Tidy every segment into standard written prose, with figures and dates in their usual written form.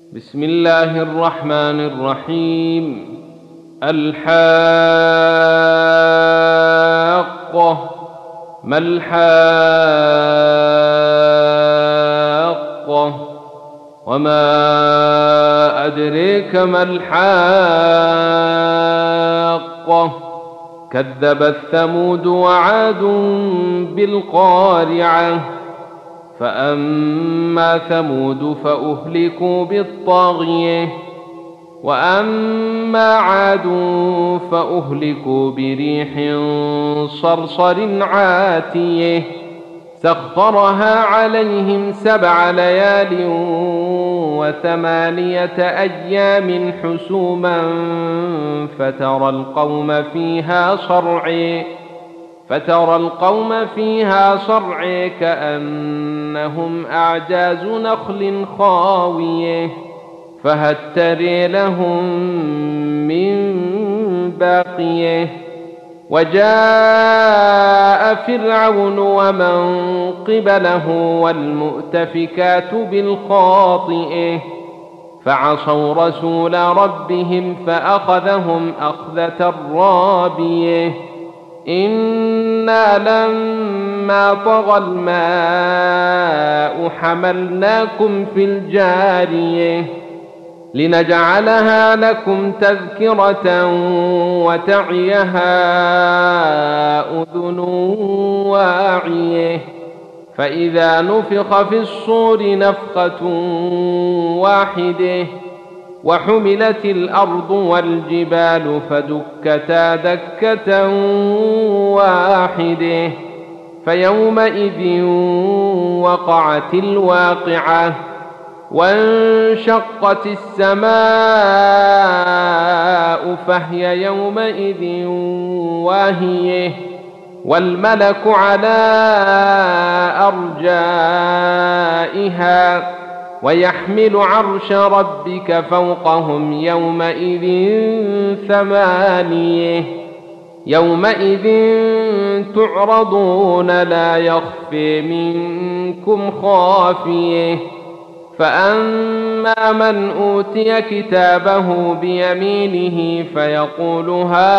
بسم الله الرحمن الرحيم. الحاقة. ما الحاقة؟ وما أدريك ما الحاقة؟ كذبت ثمود وعاد بالقارعة. فأما ثمود فأهلكوا بالطاغية، وأما عاد فأهلكوا بريح صرصر عاتية سخرها عليهم 7 ليال و8 أيام حسوما فترى القوم فيها صرعى كأنهم أعجاز نخل خاوية فهل ترى لهم من باقية. وجاء فرعون ومن قبله والمؤتفكات بالخاطئة فعصوا رسول ربهم فأخذهم أخذة رابية. إنا لما طغى الماء حملناكم في الجارية لنجعلها لكم تذكرة وتعيها أذن واعية. فإذا نفخ في الصور نفخة واحدة وحملت الأرض والجبال فدكتا دكة واحدة فيومئذ وقعت الواقعة وانشقت السماء فهي يومئذ واهية والملك على أرجائها ويحمل عرش ربك فوقهم يومئذ 8. يومئذ تعرضون لا يخفي منكم خافية. فأما من أوتي كتابه بيمينه فيقول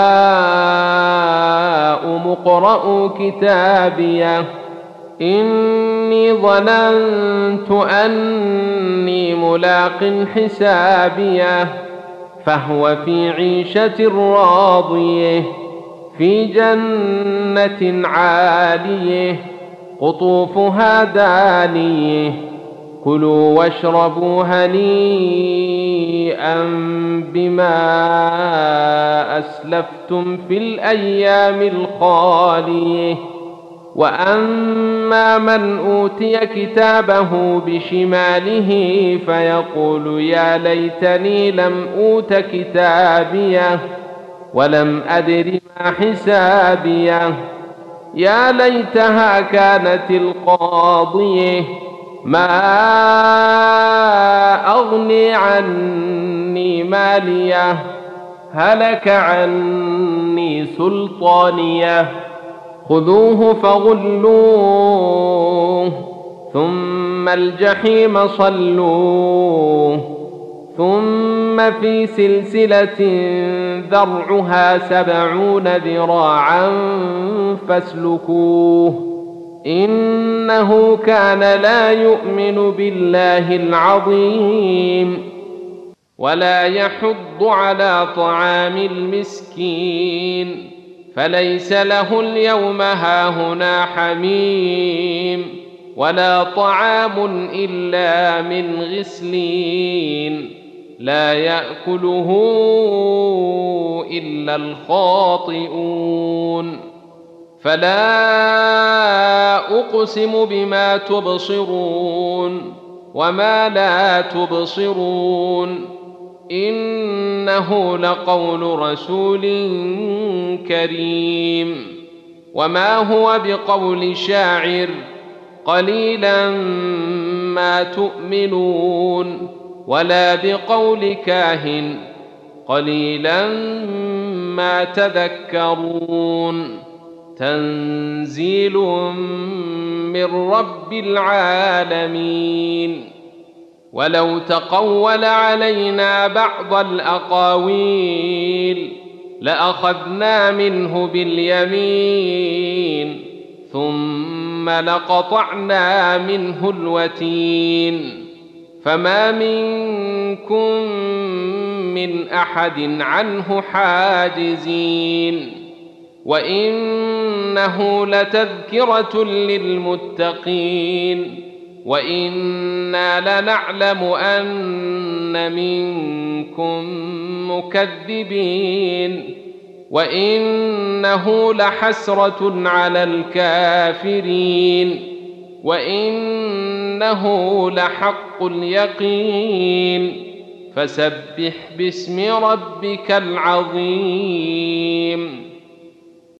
هاؤم اقرءوا كتابيه إني ظننت أني ملاق حسابيه فهو في عيشة راضية في جنة عالية قطوفها دانية كلوا واشربوا هنيئا بما أسلفتم في الأيام الخالية. وأما من أوتي كتابه بشماله فيقول يا ليتني لم أوت كتابيه ولم أدر ما حسابيه يا ليتها كانت القاضية ما أغني عني ماليه هلك عني سلطانيه خذوه فغلوه ثم الجحيم صلوه ثم في سلسلة ذرعها 70 ذراعا فاسلكوه إنه كان لا يؤمن بالله العظيم ولا يحض على طعام المسكين فليس له اليوم هاهنا حميم ولا طعام إلا من غسلين لا يأكله إلا الخاطئون. فلا أقسم بما تبصرون وما لا تبصرون إنه لقول رسول كريم وما هو بقول شاعر قليلا ما تؤمنون ولا بقول كاهن قليلا ما تذكرون تنزيل من رب العالمين. ولو تقول علينا بعض الأقاويل لأخذنا منه باليمين ثم لقطعنا منه الوتين فما منكم من أحد عنه حاجزين وإنه لتذكرة للمتقين وإنا لنعلم أن منكم مكذبين وإنه لحسرة على الكافرين وإنه لحق اليقين فسبح باسم ربك العظيم